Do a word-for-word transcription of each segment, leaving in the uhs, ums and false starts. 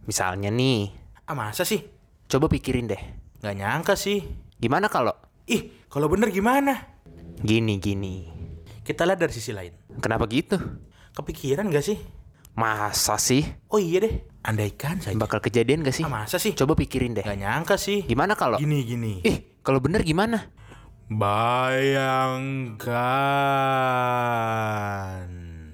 Misalnya nih, Ah masa sih? coba pikirin deh. Gak nyangka sih. Gimana kalau Ih, kalau bener gimana? gini-gini? Kita lihat dari sisi lain. Kenapa gitu? Kepikiran gak sih? Masa sih? Oh iya deh, andaikan saja. Bakal kejadian gak sih? Ah masa sih? Coba pikirin deh. Gak nyangka sih. Gimana kalau Gini-gini. Ih, kalau bener gimana? Bayangkan.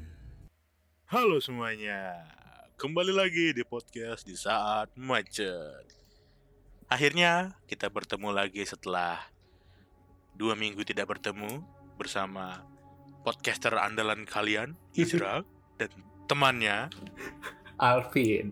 Halo semuanya, kembali lagi di podcast di saat macet. Akhirnya kita bertemu lagi setelah dua minggu tidak bertemu bersama podcaster andalan kalian, Isra dan temannya Alvin.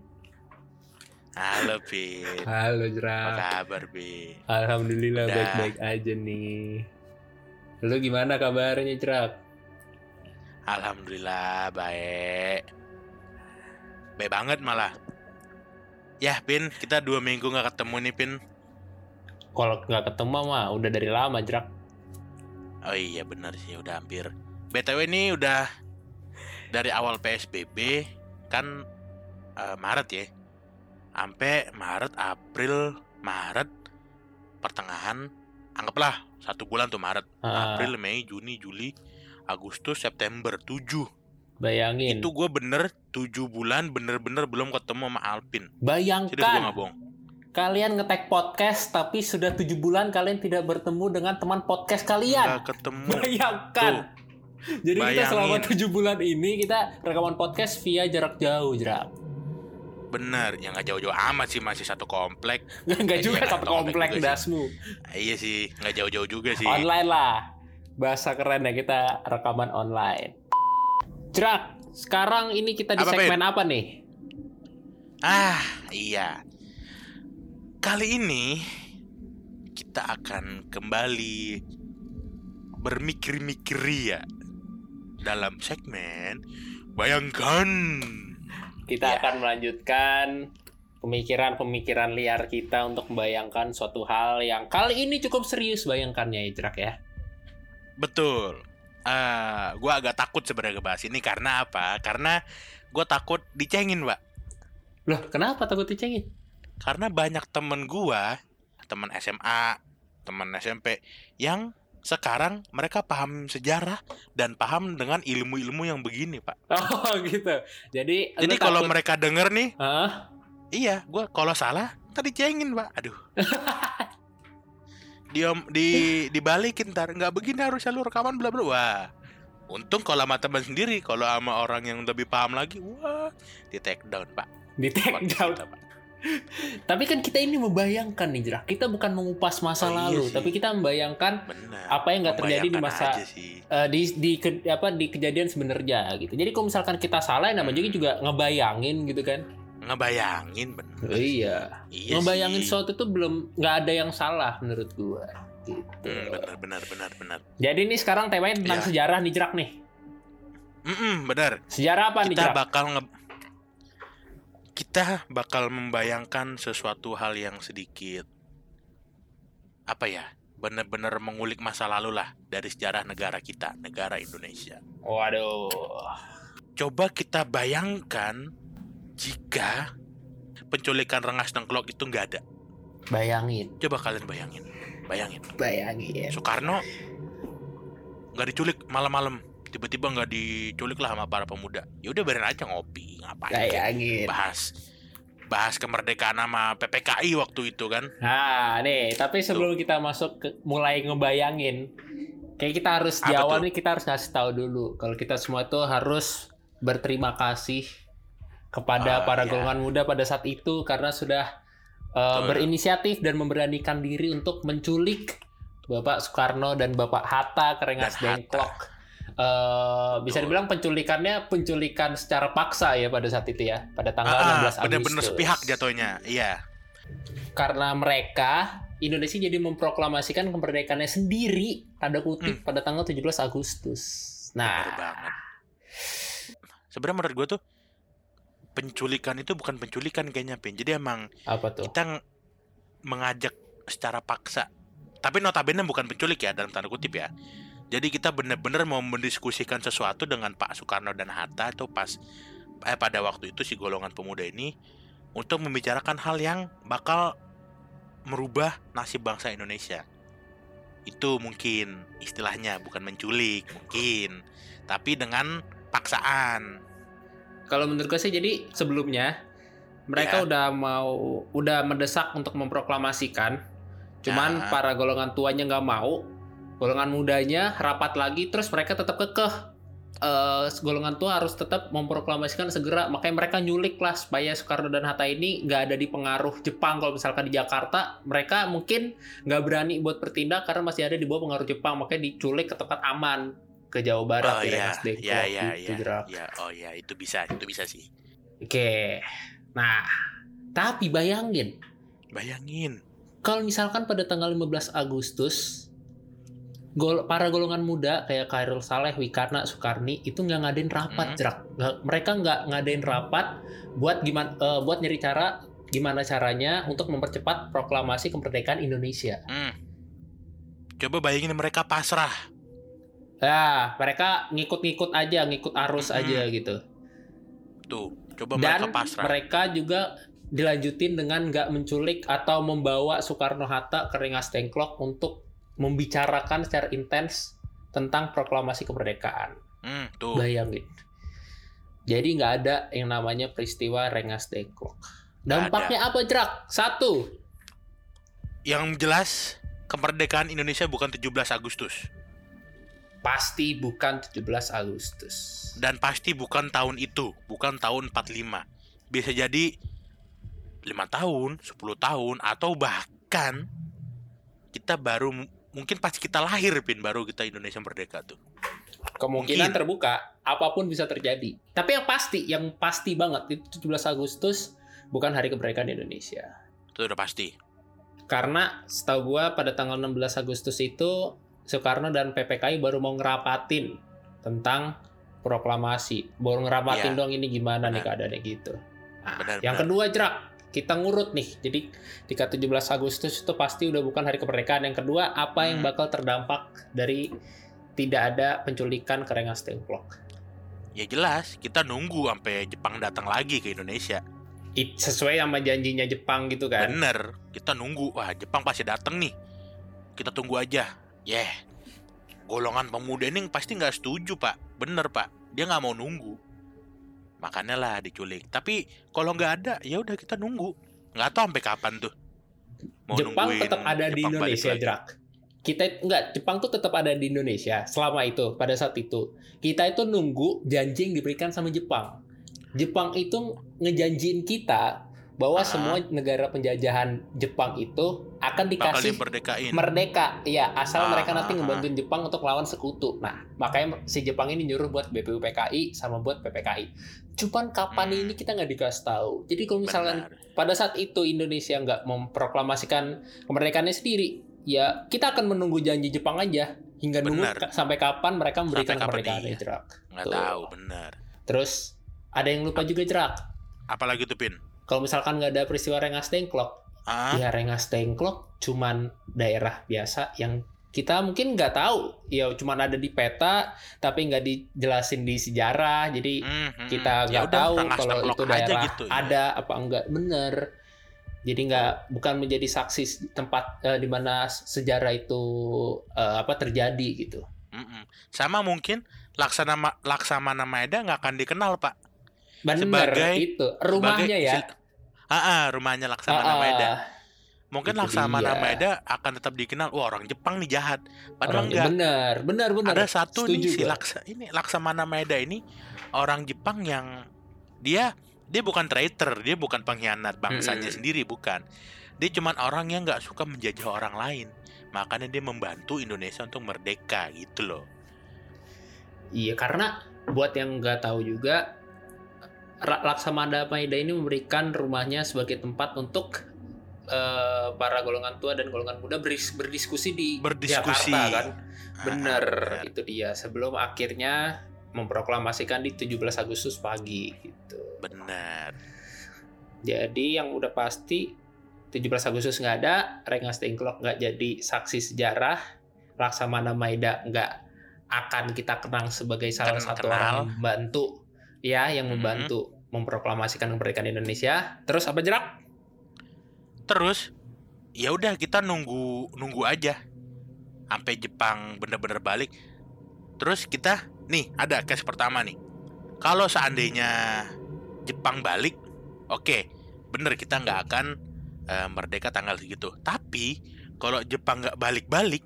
Halo Pin. Halo Apa Jerak. kabar Pin? Alhamdulillah Udah. baik-baik aja nih. Lu gimana kabarnya Jerak? Alhamdulillah baik. Baik banget malah. Ya Pin, kita dua minggu gak ketemu nih Pin. Kalau nggak ketemu mah udah dari lama Jerak. Oh iya benar sih, udah hampir. B T W ini udah dari awal P S B B kan eh, Maret ya. Sampai Maret, April, Maret, pertengahan, anggaplah satu bulan tuh Maret, Ah. April, Mei, Juni, Juli, Agustus, September, tujuh. Bayangin. Itu gue bener tujuh bulan bener-bener belum ketemu sama Alpin. Serius gue Bayangkan gak bohong. kalian nge-tag podcast tapi sudah tujuh bulan kalian tidak bertemu dengan teman podcast kalian. Gak ketemu. Bayangkan. Tuh, Jadi kita selama bayangin. tujuh bulan ini kita rekaman podcast via jarak jauh Jerak. bener, yang gak jauh-jauh amat sih, masih satu komplek. Enggak Eh, juga iya, satu komplek komplek juga sih. dasmu. Ah, Iya sih, gak jauh-jauh juga sih. Online lah. Bahasa keren ya kita rekaman online. Jerak, sekarang ini kita di Apa, segmen apa nih? Ah, iya. Kali ini kita akan kembali bermikir-mikir ya dalam segmen Bayangkan. Kita Ya. akan melanjutkan pemikiran-pemikiran liar kita untuk membayangkan suatu hal yang kali ini cukup serius bayangkannya ya Jerak ya. Betul. Eh, gue agak takut sebenarnya ngebahas ini karena apa? Karena gue takut dicengin, Pak. Loh, kenapa takut dicengin? Karena banyak temen gue, temen S M A, temen S M P, yang sekarang mereka paham sejarah dan paham dengan ilmu-ilmu yang begini, Pak. Oh gitu. Jadi Jadi lu kalau takut- mereka denger nih, Hah? iya, gue kalau salah tadi cengin, Pak. Aduh. Dia di dibalikin ntar, nggak begini harusnya lu rekaman bla bla. Wah. Untung kalau sama teman sendiri, kalau sama orang yang lebih paham lagi, wah, di take down, Pak. di take Podcast down. kita, Pak. Tapi kan kita ini membayangkan nih Jerak. Kita bukan mengupas masa Oh, iya lalu, sih. tapi kita membayangkan Benar. apa yang nggak terjadi di Membayangkan masa- aja sih. eh, di di ke- apa di kejadian sebenarnya gitu. Jadi kalau misalkan kita salah, namanya Hmm. juga ngebayangin gitu kan. Ngebayangin bener. Iya. Iya Ngebayangin sih. sesuatu itu belum nggak ada yang salah menurut gua. Gitu. Hmm, benar benar benar benar. Jadi ini sekarang temanya tentang Iya. sejarah nih Jerak nih. Mm-mm, benar. Sejarah apa nih Kita Jerak? bakal nge kita bakal membayangkan sesuatu hal yang sedikit apa ya? Benar-benar mengulik masa lalu lah dari sejarah negara kita, negara Indonesia. Waduh. Coba kita bayangkan jika penculikan Rengas Dengklok itu nggak ada. Bayangin. Coba kalian bayangin. Bayangin. Bayangin. Soekarno nggak diculik malam-malam, tiba-tiba nggak diculik lah sama para pemuda. Ya udah biarin aja ngopi, ngapain? Bayangin. Bahas bahas kemerdekaan sama P P K I waktu itu kan. Nah, nih, tapi sebelum kita masuk ke mulai ngebayangin, kayak kita harus di Apa awal tuh? nih kita harus ngasih tahu dulu kalau kita semua itu harus berterima kasih kepada Ah, para iya. golongan muda pada saat itu karena sudah uh, Betul. berinisiatif dan memberanikan diri untuk menculik Bapak Soekarno dan Bapak Hatta ke Rengas Dan Hatta. Dengklok. Uh, bisa Betul. dibilang penculikannya penculikan secara paksa ya pada saat itu ya, pada tanggal Ah, enam belas Agustus. bener-bener sepihak jatuhnya. Iya. Karena mereka Indonesia jadi memproklamasikan kemerdekaannya sendiri tanda kutip Hmm. pada tanggal tujuh belas Agustus. Bener Nah, banget. Sebenarnya menurut gue tuh penculikan itu bukan penculikan kayaknya, Pin. Jadi emang apa tuh? kita ng- mengajak secara paksa. Tapi notabene bukan penculik ya, dalam tanda kutip ya. Jadi kita benar-benar mau mendiskusikan sesuatu dengan Pak Soekarno dan Hatta itu pas eh pada waktu itu si golongan pemuda ini untuk membicarakan hal yang bakal merubah nasib bangsa Indonesia. Itu mungkin istilahnya, bukan menculik mungkin, tapi dengan paksaan. Kalau menurut gue sih, jadi sebelumnya mereka Ya. udah mau, udah mendesak untuk memproklamasikan, cuman Ya. para golongan tuanya nggak mau, golongan mudanya rapat lagi, terus mereka tetap kekeh. Uh, golongan tua harus tetap memproklamasikan segera, makanya mereka nyulik lah supaya Soekarno dan Hatta ini nggak ada di pengaruh Jepang. Kalau misalkan di Jakarta, mereka mungkin nggak berani buat bertindak karena masih ada di bawah pengaruh Jepang, makanya diculik ke tempat aman, ke Jawa Barat, Oh di iya, Rengas Dengklok ya, ya, gitu, ya, Jerak. ya, oh ya, itu bisa, itu bisa sih. Oke, nah tapi bayangin, Bayangin, kalau misalkan pada tanggal lima belas Agustus Gol, para golongan muda kayak Khairul Saleh, Wikarna, Soekarni itu nggak ngadain rapat, Hmm. Jerak. Nggak- mereka nggak ngadain rapat buat gimana, uh, buat nyari cara gimana caranya untuk mempercepat proklamasi kemerdekaan Indonesia. hmm. Coba bayangin mereka pasrah. Ya, mereka ngikut-ngikut aja, ngikut arus Mm-mm. aja gitu. Tuh, coba Dan mereka pasrah. mereka juga dilanjutin dengan nggak menculik atau membawa Soekarno-Hatta ke Rengas Dengklok untuk membicarakan secara intens tentang proklamasi kemerdekaan. Hmm, tuh. Bayangin. Jadi nggak ada yang namanya peristiwa Rengas Dengklok. Dampaknya apa, Jerak? Satu. Yang jelas, kemerdekaan Indonesia bukan tujuh belas Agustus. Pasti bukan tujuh belas Agustus. Dan pasti bukan tahun itu, bukan tahun empat puluh lima. Bisa jadi lima tahun, sepuluh tahun, atau bahkan kita baru, mungkin pas kita lahir, Pin, baru kita Indonesia merdeka tuh. Kemungkinan Mungkin. terbuka, apapun bisa terjadi. Tapi yang pasti, yang pasti banget itu tujuh belas Agustus bukan hari kemerdekaan Indonesia. Itu udah pasti. Karena setahu gua pada tanggal enam belas Agustus itu Soekarno dan P P K I baru mau ngerapatin tentang proklamasi. Baru ngerapatin Ya. dong ini gimana nih Benar. keadaannya gitu. Nah, Benar, yang benar. kedua, Jerak, kita ngurut nih. Jadi ketika tujuh belas Agustus itu pasti udah bukan hari kemerdekaan. Yang kedua, apa yang Hmm. bakal terdampak dari tidak ada penculikan ke Rengas Dengklok? Ya jelas, kita nunggu sampai Jepang datang lagi ke Indonesia. It, sesuai sama janjinya Jepang gitu kan. Bener, kita nunggu. Wah, Jepang pasti datang nih. Kita tunggu aja. Yeh, golongan pemuda ini pasti nggak setuju, Pak. Bener, Pak. Dia nggak mau nunggu. Makanya lah diculik. Tapi kalau nggak ada, ya udah kita nunggu. Nggak tahu sampai kapan tuh. Mau Jepang nungguin tetap ada di Jepang balik Indonesia, lagi. Jerak. Kita enggak, Jepang tuh tetap ada di Indonesia selama itu, pada saat itu. Kita itu nunggu janji yang diberikan sama Jepang. Jepang itu ngejanjiin kita bahwa Ah. semua negara penjajahan Jepang itu akan Bakal dikasih dimerdekain. merdeka. Ya, asal Ah, mereka nanti ah, ngebantuin Jepang untuk lawan sekutu. Nah, makanya si Jepang ini nyuruh buat B P U P K I sama buat P P K I. Cuman kapan Hmm. ini kita nggak dikasih tahu. Jadi kalau misalkan Benar. pada saat itu Indonesia nggak memproklamasikan kemerdekaannya sendiri, ya kita akan menunggu janji Jepang aja hingga nunggu Benar. ka- sampai kapan mereka memberikan Sampai kapan kemerdekaan iya. Jerak. Nggak Tuh. tahu, bener. Terus ada yang lupa juga, Jerak. Apalagi tuh, Pin? Kalau misalkan nggak ada peristiwa Rengas Dengklok, Ah, ya Rengas Dengklok cuman daerah biasa yang kita mungkin nggak tahu, ya cuman ada di peta tapi nggak dijelasin di sejarah, jadi hmm, hmm, kita ya nggak udah, tahu Rengas kalau Dengklok itu aja daerah gitu, ya. ada apa enggak bener. Jadi nggak bukan menjadi saksi tempat eh, di mana sejarah itu eh, apa terjadi gitu. Mm-mm. Sama mungkin Laksamana Laksamana Maeda nggak akan dikenal, Pak. Bener Sebagai- itu rumahnya Sebagai ya. sil- Ah, ah, rumahnya Laksamana Ah, ah, Maeda. Mungkin itu Laksamana dia. Maeda akan tetap dikenal. Wah, orang Jepang nih jahat. Padahal orangnya enggak. bener bener bener. Ada satu nih Setuju si gua. Laksa ini Laksamana Maeda ini orang Jepang yang dia dia bukan traitor, dia bukan pengkhianat bangsanya Mm-mm. sendiri, bukan. Dia cuman orang yang nggak suka menjajah orang lain. Makanya dia membantu Indonesia untuk merdeka gitu loh. Iya, karena buat yang nggak tahu juga, Ra- Laksamana Maeda ini memberikan rumahnya sebagai tempat untuk eh, para golongan tua dan golongan muda beris- berdiskusi di Berdiskusi. Jakarta kan. Ah, Bener, bener. itu dia. Sebelum akhirnya memproklamasikan di tujuh belas Agustus pagi gitu. Benar. Jadi yang udah pasti tujuh belas Agustus nggak ada, Rengas Dengklok nggak jadi saksi sejarah, Laksamana Maeda nggak akan kita kenang sebagai salah Ken- satu kenal. orang yang membantu, ya yang Mhm. membantu memproklamasikan kemerdekaan Indonesia. Terus apa Jerak? Terus ya udah kita nunggu nunggu aja sampai Jepang bener-bener balik. Terus kita nih ada case pertama nih. Kalau seandainya Jepang balik, oke, bener kita nggak akan uh, merdeka tanggal segitu. Tapi kalau Jepang nggak balik-balik,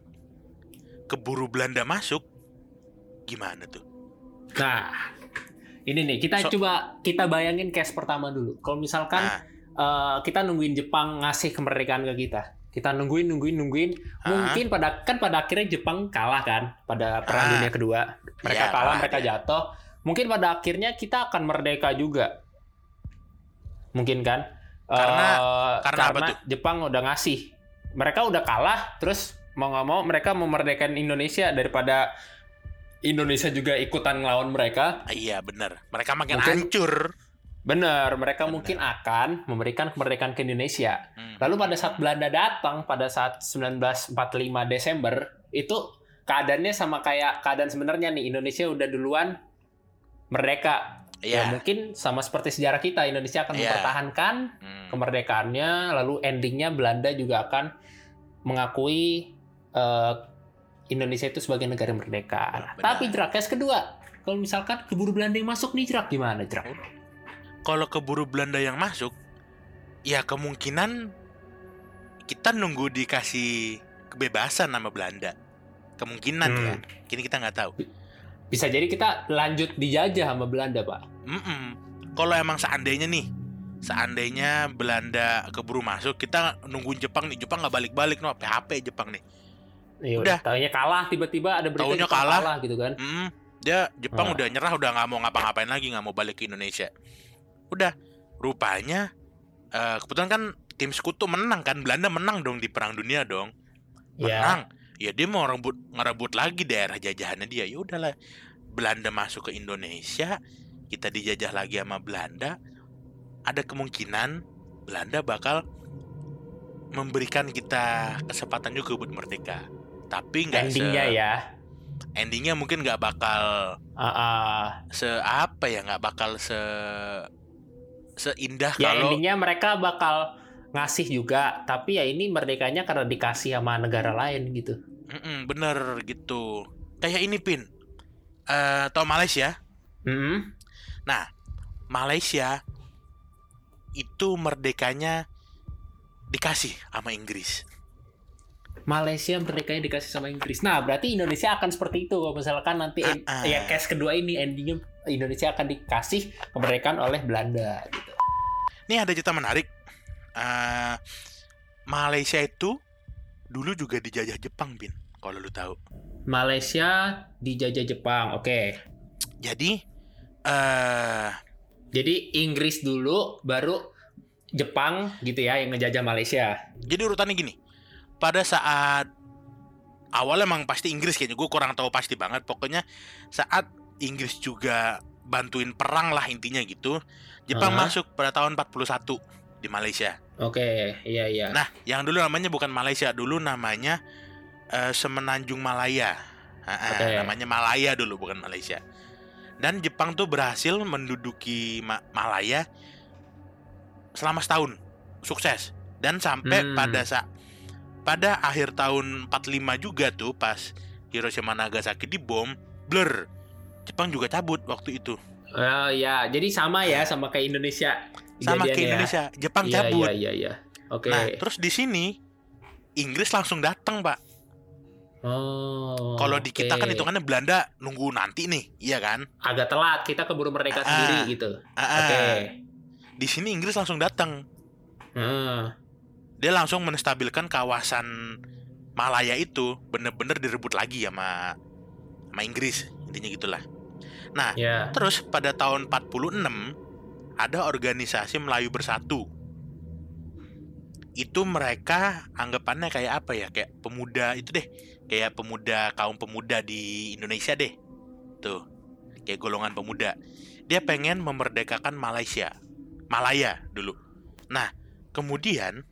keburu Belanda masuk, gimana tuh? Nah, ini nih kita So- coba kita bayangin case pertama dulu. Kalau misalkan Nah, uh, kita nungguin Jepang ngasih kemerdekaan ke kita, kita nungguin nungguin nungguin, Ah. mungkin pada kan pada akhirnya Jepang kalah kan pada Perang Ah. Dunia Kedua, mereka Iya, kalah, kalah mereka dia. jatuh. Mungkin pada akhirnya kita akan merdeka juga, mungkin kan? Karena- Uh, karena apa tuh? Jepang udah ngasih, mereka udah kalah, terus mau nggak mau mereka memerdekakan Indonesia daripada Indonesia juga ikutan ngelawan mereka. ah, iya bener. Mereka makin Mungkin- hancur. Benar, mereka Benar. mungkin akan memberikan kemerdekaan ke Indonesia. Hmm. Lalu pada saat Belanda datang pada saat sembilan belas empat puluh lima Desember, itu keadaannya sama kayak keadaan sebenarnya nih, Indonesia udah duluan merdeka. Ya Iya. mungkin sama seperti sejarah kita, Indonesia akan Iya. mempertahankan Hmm. kemerdekaannya, lalu endingnya Belanda juga akan mengakui eh, Indonesia itu sebagai negara merdeka. Benar. Tapi Jerak, case kedua, kalau misalkan keburu Belanda yang masuk nih Jerak, gimana Jerak? Kalau keburu Belanda yang masuk, ya kemungkinan kita nunggu dikasih kebebasan sama Belanda. Kemungkinan Hmm. ya. Kini kita nggak tahu. Bisa jadi kita lanjut dijajah sama Belanda, Pak. Mm-mm. Kalau emang seandainya nih, seandainya Belanda keburu masuk, kita nungguin Jepang nih. Jepang nggak balik-balik, no P H P Jepang nih. Ya Udah. udah, taunya kalah, tiba-tiba ada berita Taunya Jepang kalah. kalah gitu kan. Mm, dia Jepang Ah. udah nyerah, udah nggak mau ngapa-ngapain lagi, nggak mau balik ke Indonesia. Udah, rupanya eh, kebetulan kan tim sekutu menang kan, Belanda menang dong di Perang Dunia dong. Ya. Menang. Ya dia mau ngerebut ngerebut lagi daerah jajahannya dia. Ya udahlah. Belanda masuk ke Indonesia, kita dijajah lagi sama Belanda. Ada kemungkinan Belanda bakal memberikan kita kesempatan juga buat merdeka. Tapi nggak se Endingnya ya. endingnya mungkin nggak bakal Ah, ah. se apa ya, nggak bakal se seindah Ya kalau endingnya mereka bakal ngasih juga, tapi ya ini merdekanya karena dikasih sama negara lain gitu. Mm-mm, bener gitu. Kayak ini Pin, eh tau Malaysia? Hmm. Malaysia itu merdekanya dikasih sama Inggris. Malaysia merdekanya dikasih sama Inggris. Nah, berarti Indonesia akan seperti itu. Kalau misalkan nanti en- Ah, ah. ya case kedua ini endingnya Indonesia akan dikasih kemerdekaan oleh Belanda gitu. Nih ada cerita menarik. Eh, Malaysia itu dulu juga dijajah Jepang, Pin. Kalau lu tahu. Malaysia dijajah Jepang. Oke. Jadi eh Jadi Inggris dulu baru Jepang gitu ya yang ngejajah Malaysia. jadi urutannya gini. Pada saat awal emang pasti Inggris kayaknya, gue kurang tahu pasti banget. Pokoknya saat Inggris juga bantuin perang lah intinya gitu. Jepang Aha. masuk pada tahun empat puluh satu di Malaysia. Oke, iya iya. Nah, yang dulu namanya bukan Malaysia, dulu namanya eh, Semenanjung Malaya. Ah, ah, Oke. namanya Malaya dulu, bukan Malaysia. Dan Jepang tuh berhasil menduduki Ma- Malaya selama setahun, sukses. Dan sampai Hmm. pada saat pada akhir tahun empat puluh lima juga tuh, pas Hiroshima Nagasaki dibom, blur. Jepang juga cabut waktu itu. Oh ya, jadi sama ya sama kayak Indonesia. Sama kejadiannya kayak ya. Indonesia, Jepang Iya, cabut. Iya iya iya. Oke. Nah, terus di sini Inggris langsung datang, Pak. Oh. Kalau di kita oke. kan hitungannya Belanda nunggu nanti nih, iya kan? agak telat, kita keburu merdeka Ah, sendiri gitu. Ah, ah. Oke. Di sini Inggris langsung datang. Hmm. Dia langsung menstabilkan kawasan Malaya itu, bener-bener direbut lagi sama sama Inggris, intinya gitulah. Nah, Ya. terus pada tahun empat puluh enam ada organisasi Melayu Bersatu. Itu mereka anggapannya kayak apa ya? Kayak pemuda itu deh. Kayak pemuda, kaum pemuda di Indonesia deh. Tuh. Kayak golongan pemuda. Dia pengen memerdekakan Malaysia. Malaya dulu. Nah, kemudian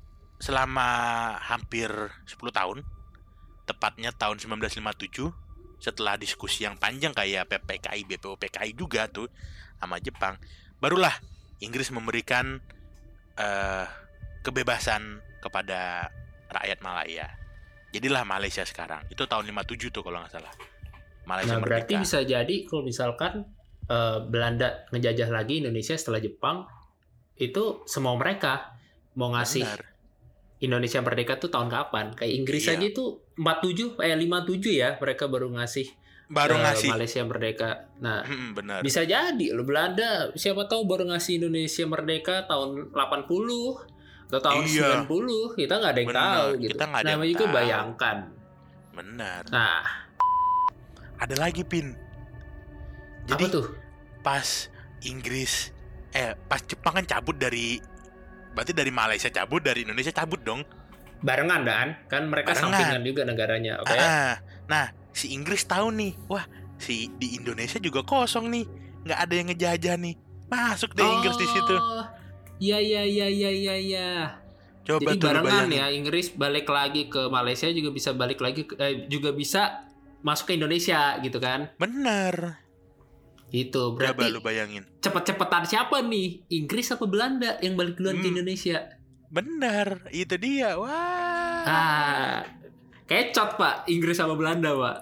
selama hampir sepuluh tahun, tepatnya tahun sembilan belas lima puluh tujuh, setelah diskusi yang panjang kayak P P K I, B P O P K I juga tuh sama Jepang, barulah Inggris memberikan uh, kebebasan kepada rakyat Malaya. Jadilah Malaysia sekarang. Itu tahun lima puluh tujuh tuh kalau nggak salah. Malaysia Nah, berarti merdeka. bisa jadi kalau misalkan uh, Belanda ngejajah lagi Indonesia setelah Jepang, itu semua mereka mau ngasih Benar. Indonesia merdeka tuh tahun kapan? Kayak Inggris Iya. aja itu empat puluh tujuh eh lima puluh tujuh ya mereka baru ngasih Baru uh, ngasih. Malaysia merdeka. Nah, Hmm, benar. bisa jadi lo Belanda siapa tahu baru ngasih Indonesia merdeka tahun delapan puluh atau tahun Iya. sembilan puluh, kita nggak ada yang Benar, tahu gitu. kita nggak ada Namanya yang juga tahu. bayangkan. Benar. Nah, Ada lagi Pin. Jadi apa tuh? pas Inggris eh pas Jepang kan cabut dari, berarti dari Malaysia cabut, dari Indonesia cabut dong. Barengan kan? Kan mereka Barengan. sampingan juga negaranya, oke? Ah, nah si Inggris tahu nih, wah si di Indonesia juga kosong nih, nggak ada yang ngejajah nih, masuk deh Inggris di situ. Iya iya iya iya iya iya. Coba Jadi tuh lu barengan bayangin. ya, Inggris balik lagi ke Malaysia juga bisa balik lagi ke, eh, juga bisa masuk ke Indonesia gitu kan? Bener. Itu Coba berarti lu bayangin. cepet-cepetan siapa nih? Inggris apa Belanda yang balik duluan ke Hmm. Indonesia? Bener, itu dia. Wah. Ah, kecot Pak, Inggris sama Belanda Pak.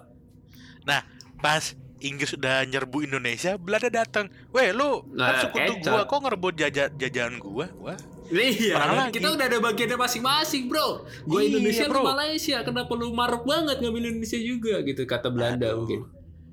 Pas Inggris udah nyerbu Indonesia, Belanda datang. Weh, lu Nah, kan sekutu kecot. gua, kok ngerebut jaja jajahan gua? Wah. Iya, Perang kan lagi. kita udah ada bagiannya masing-masing, bro. Gue Iya, Indonesia, bro. lu Malaysia. Kenapa lu maruk banget ngambil Indonesia juga gitu kata Belanda Aduh. mungkin.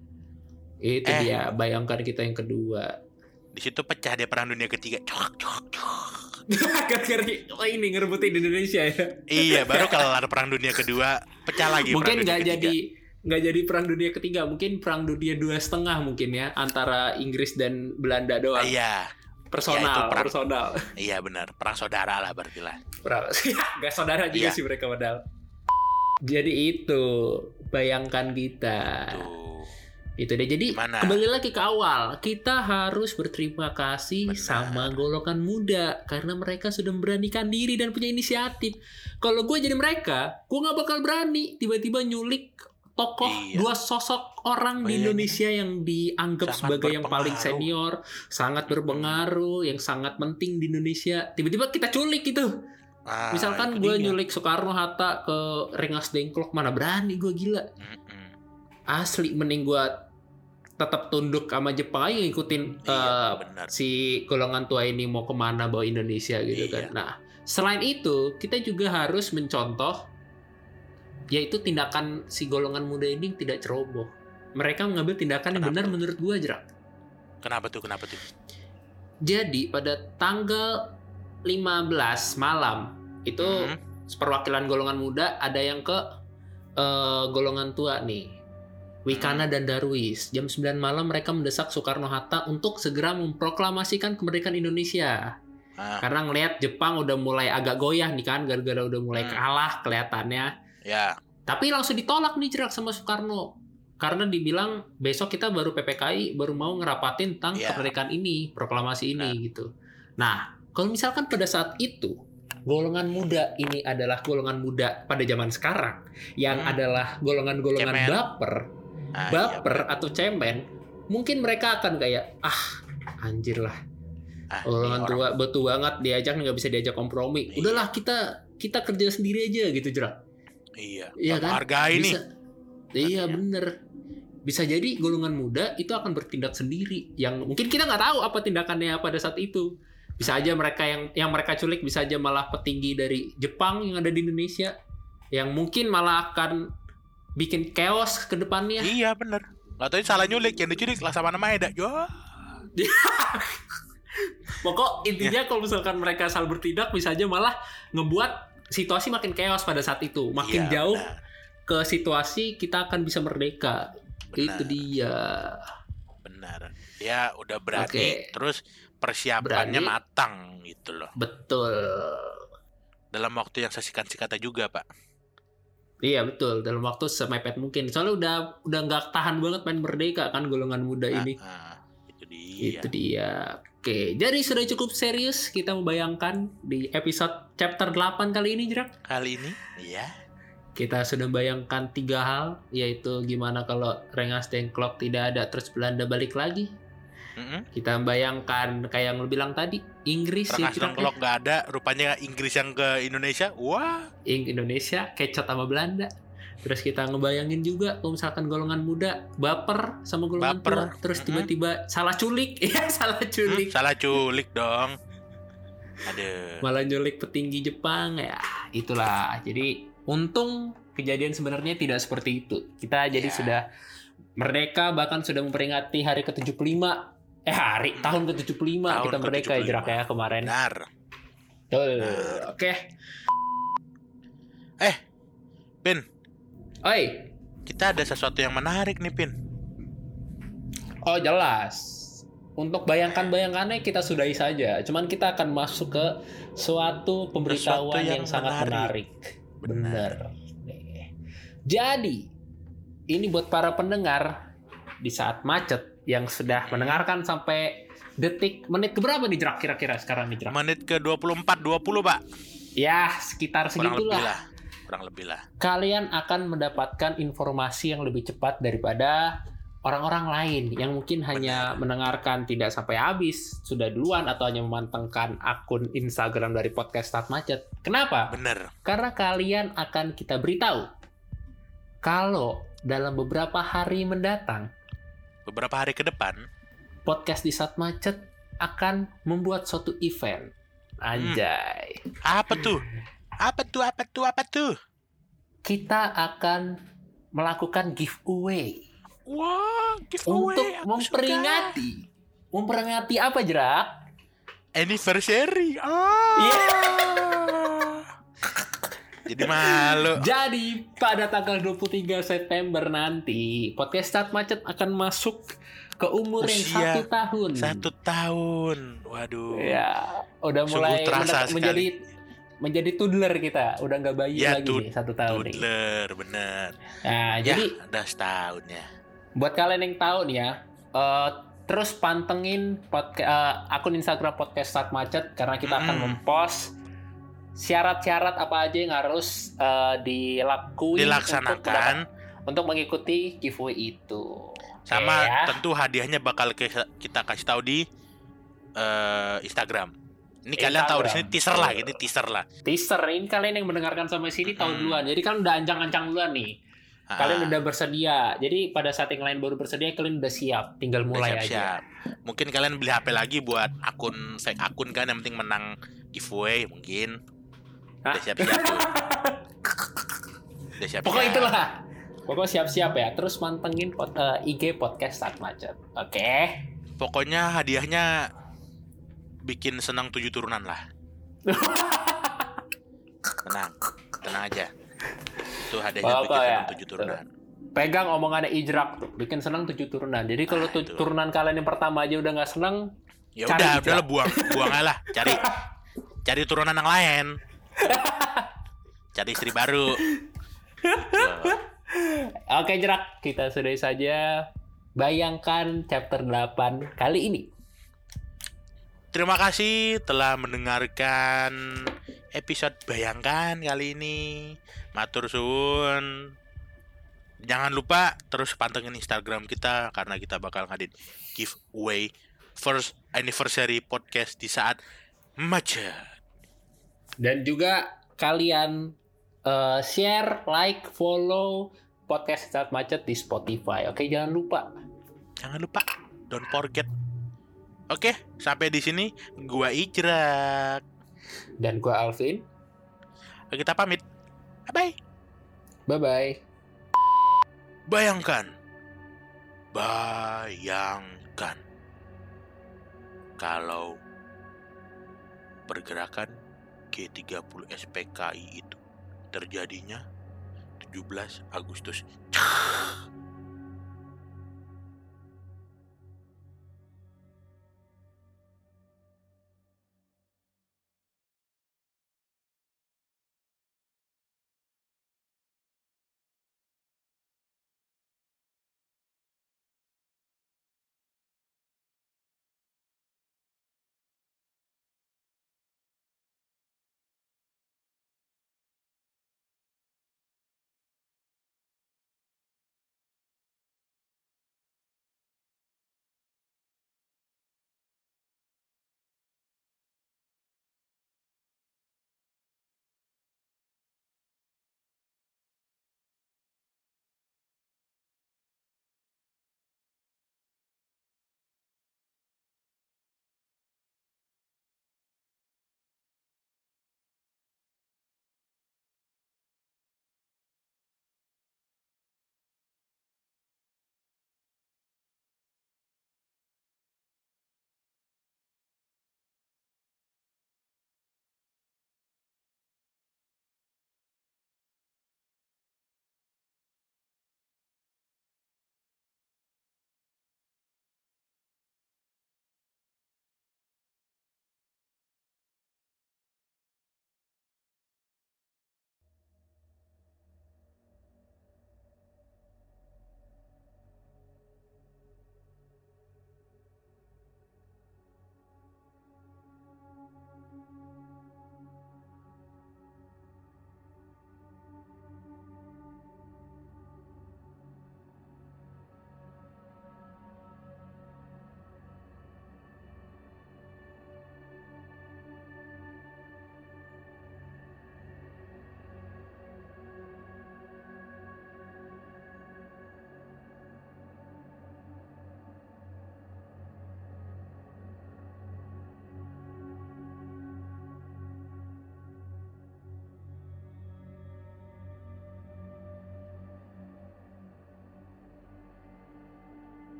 Itu Eh. dia, bayangkan kita yang kedua. Di situ pecah dia perang dunia ketiga. Cok, cok, cok. Gara-gara oh ini ngerebutin Indonesia ya. Iya, baru kelar perang dunia kedua, pecah lagi Mungkin perang dunia nggak ketiga. jadi nggak jadi perang dunia ketiga, mungkin perang dunia dua setengah mungkin ya antara Inggris dan Belanda Ah, doang. iya, Personal, ya, itu perang. personal. iya benar. Perang saudara lah berarti lah. Perang. Gak saudara juga Iya. sih mereka padahal. Jadi itu bayangkan kita. Tuh. Itu deh. Jadi Gimana? kembali lagi ke awal, kita harus berterima kasih Benar. sama golongan muda karena mereka sudah memberanikan diri dan punya inisiatif. Kalau gue jadi mereka, gue nggak bakal berani tiba-tiba nyulik tokoh Iya. dua sosok orang di Bayangin. Indonesia yang dianggap Sangat sebagai yang paling berpengaruh. senior, sangat berpengaruh, yang sangat penting di Indonesia. Tiba-tiba kita culik gitu. Ah, Misalkan itu gue dia. nyulik Soekarno Hatta ke Rengas Dengklok, mana berani gue, gila. Mm-mm. Asli mending gue tetap tunduk sama Jepang aja ngikutin Iya, eh, benar. si golongan tua ini mau kemana bawa Indonesia gitu Iya. kan. Nah, selain itu kita juga harus mencontoh yaitu tindakan si golongan muda ini yang tidak ceroboh. Mereka mengambil tindakan yang Kenapa? benar menurut gue, Jerak. Kenapa tuh? Kenapa tuh? Jadi pada tanggal lima belas malam itu Hmm. perwakilan golongan muda ada yang ke eh, golongan tua nih. Wikana dan Darwis. Jam sembilan malam mereka mendesak Soekarno-Hatta untuk segera memproklamasikan kemerdekaan Indonesia. Ah, Karena ngelihat Jepang udah mulai agak goyah nih kan, gara-gara udah mulai Hmm. kalah kelihatannya. ya. Tapi langsung ditolak nih Jerak sama Soekarno. Karena dibilang besok kita baru P P K I baru mau ngerapatin tentang Iya. kemerdekaan ini, proklamasi ini Benar. gitu. Nah, kalau misalkan pada saat itu golongan muda ini adalah golongan muda pada zaman sekarang yang Hmm. adalah golongan-golongan Cemen. baper, Ah, baper iya, atau cemen, mungkin mereka akan kayak ah anjir lah, ah, golongan ini tua orang- betul banget diajak nggak bisa diajak kompromi. Iya. Udahlah kita kita kerja sendiri aja gitu Jerak. Iya. Iya kan? Hargai nih. Bisa, iya Artinya. bener. Bisa jadi golongan muda itu akan bertindak sendiri. Yang mungkin kita nggak tahu apa tindakannya pada saat itu. Bisa aja mereka yang yang mereka culik bisa aja malah petinggi dari Jepang yang ada di Indonesia, yang mungkin malah akan bikin chaos ke depannya. Iya bener. Gak tau salah nyulik, yang diculik lah sama nama Eda. Yo. Pokok intinya Iya. kalau misalkan mereka salah bertindak bisa aja malah ngebuat situasi makin chaos pada saat itu, makin Iya, jauh benar. ke situasi kita akan bisa merdeka. Benar. Itu dia. Benar. Dia udah berani, Oke. terus persiapannya Berani. matang gitu loh. Betul. Dalam waktu yang sesikat-sikatnya juga, Pak. Iya betul, dalam waktu semepet mungkin. Soalnya udah udah nggak tahan banget main merdeka kan golongan muda ini. Ah, ah, itu dia. Itu dia. Oke, jadi sudah cukup serius kita membayangkan di episode chapter delapan kali ini, Jerak. Kali ini, iya. Kita sudah bayangkan tiga hal, yaitu gimana kalau Rengas Dengklok tidak ada terus Belanda balik lagi. Mm-mm. Kita bayangkan kayak yang lu bilang tadi, Inggris ya Rengas Dengklok nggak ada, rupanya Inggris yang ke Indonesia. Wah, Ing Indonesia kecot sama Belanda. Terus kita ngebayangin juga kalau misalkan golongan muda baper sama golongan Baper. tua, terus Mm-mm. tiba-tiba salah culik, ya salah hmm, culik, salah culik dong. Aduh. malah nyulik petinggi Jepang ya. Itulah. Jadi untung kejadian sebenarnya tidak seperti itu. Kita jadi Ya. sudah merdeka, bahkan sudah memperingati hari ke tujuh puluh lima. Eh hari Hmm. tahun ke tujuh puluh lima Tahun kita merdeka ya ke-tujuh puluh Jerak lima. ya kemarin. Benar. Betul. Benar. Oke. Eh, Pin, Oi. kita ada sesuatu yang menarik nih, Pin. Oh jelas. Untuk bayangkan-bayangkannya kita sudahi saja. Cuman kita akan masuk ke suatu pemberitahuan Sesuatu yang, yang sangat menarik. menarik. Benar. Nih. Jadi ini buat para pendengar di saat macet yang sudah mendengarkan sampai detik menit keberapa nih Jerak kira-kira sekarang nih Jerak? Menit ke dua puluh empat dua puluh, Pak. Ya sekitar Kurang lebih segitulah. lah. Kurang lebih lah. Kalian akan mendapatkan informasi yang lebih cepat daripada orang-orang lain yang mungkin hanya mendengarkan tidak sampai habis, sudah duluan atau hanya memantengkan akun Instagram dari podcast Start Macet. Kenapa? Bener. Karena kalian akan kita beritahu kalau dalam beberapa hari mendatang Beberapa hari ke depan, podcast di Start Macet akan membuat suatu event. Anjay. apa tuh? Apa tuh? Apa tuh? Apa tuh? Kita akan melakukan giveaway. Wah, giveaway. Untuk aku memperingati memperingati apa Jerak? suka. Anniversary. Oh. Iya. Jadi malu. Jadi pada tanggal dua puluh tiga September nanti podcast Start Macet akan masuk ke umur yang Usia satu tahun. Satu tahun. Waduh. Ya, udah Sungguh mulai terasa mende- menjadi menjadi toddler kita, udah nggak bayi Ya, lagi tud- nih satu tahun nih. Toddler, bener. Nah, Ya, jadi udah setahun ya. buat kalian yang tahu nih ya, eh, terus pantengin podca- eh, akun Instagram podcast Start Macet karena kita akan Mm. mempost syarat-syarat apa aja yang harus eh, dilakuin untuk, Dilaksanakan. mendapat- untuk mengikuti giveaway itu. Sama Oke ya. tentu hadiahnya bakal ke- kita kasih tahu di eh, Instagram. Ini kalian tahu di sini Instagram. teaser lah, ini teaser lah. Teaser ini kalian yang mendengarkan sampai sini tahu Mm. duluan. Jadi kan udah ancang-ancang duluan nih. Kalian Ah, udah bersedia. Jadi pada saat yang lain baru bersedia, kalian udah siap. Tinggal udah mulai siap-siap. aja. Mungkin kalian beli H P lagi buat akun fake akun kan, yang penting menang giveaway mungkin. Hah? Udah siap-siap tuh. Udah siap-siap. Pokoknya itulah. Pokoknya siap-siap ya. Terus mantengin pod- eh, I G podcast Start Macet. Oke. Pokoknya hadiahnya bikin senang tujuh turunan lah. Tenang, tenang aja. Itu hadiahnya Apa bikin ya? senang tujuh turunan. Pegang omongannya Ijrak tuh. Bikin senang tujuh turunan. Jadi kalau Ah, tu- itu. turunan kalian yang pertama aja udah nggak senang, Ya Cari udah, Ijrak. udahlah buang, buang aja lah. Cari, cari turunan yang lain. Cari istri baru. Tuh. oke Jerak, kita sudahi saja. Bayangkan chapter delapan kali ini. Terima kasih telah mendengarkan episode Bayangkan kali ini. Matur suwun. Jangan lupa terus pantengin Instagram kita karena kita bakal ngadain giveaway first anniversary podcast di saat macet. Dan juga kalian eh, share, like, follow podcast Start Macet di Spotify. Oke, jangan lupa. Jangan lupa, don't forget. Oke, sampai di sini gua Ijrak. Dan gua Alvin. Kita pamit. Bye. Bye-bye. Bayangkan. Bayangkan. Kalau pergerakan G tiga puluh S P K I itu terjadinya tujuh belas Agustus.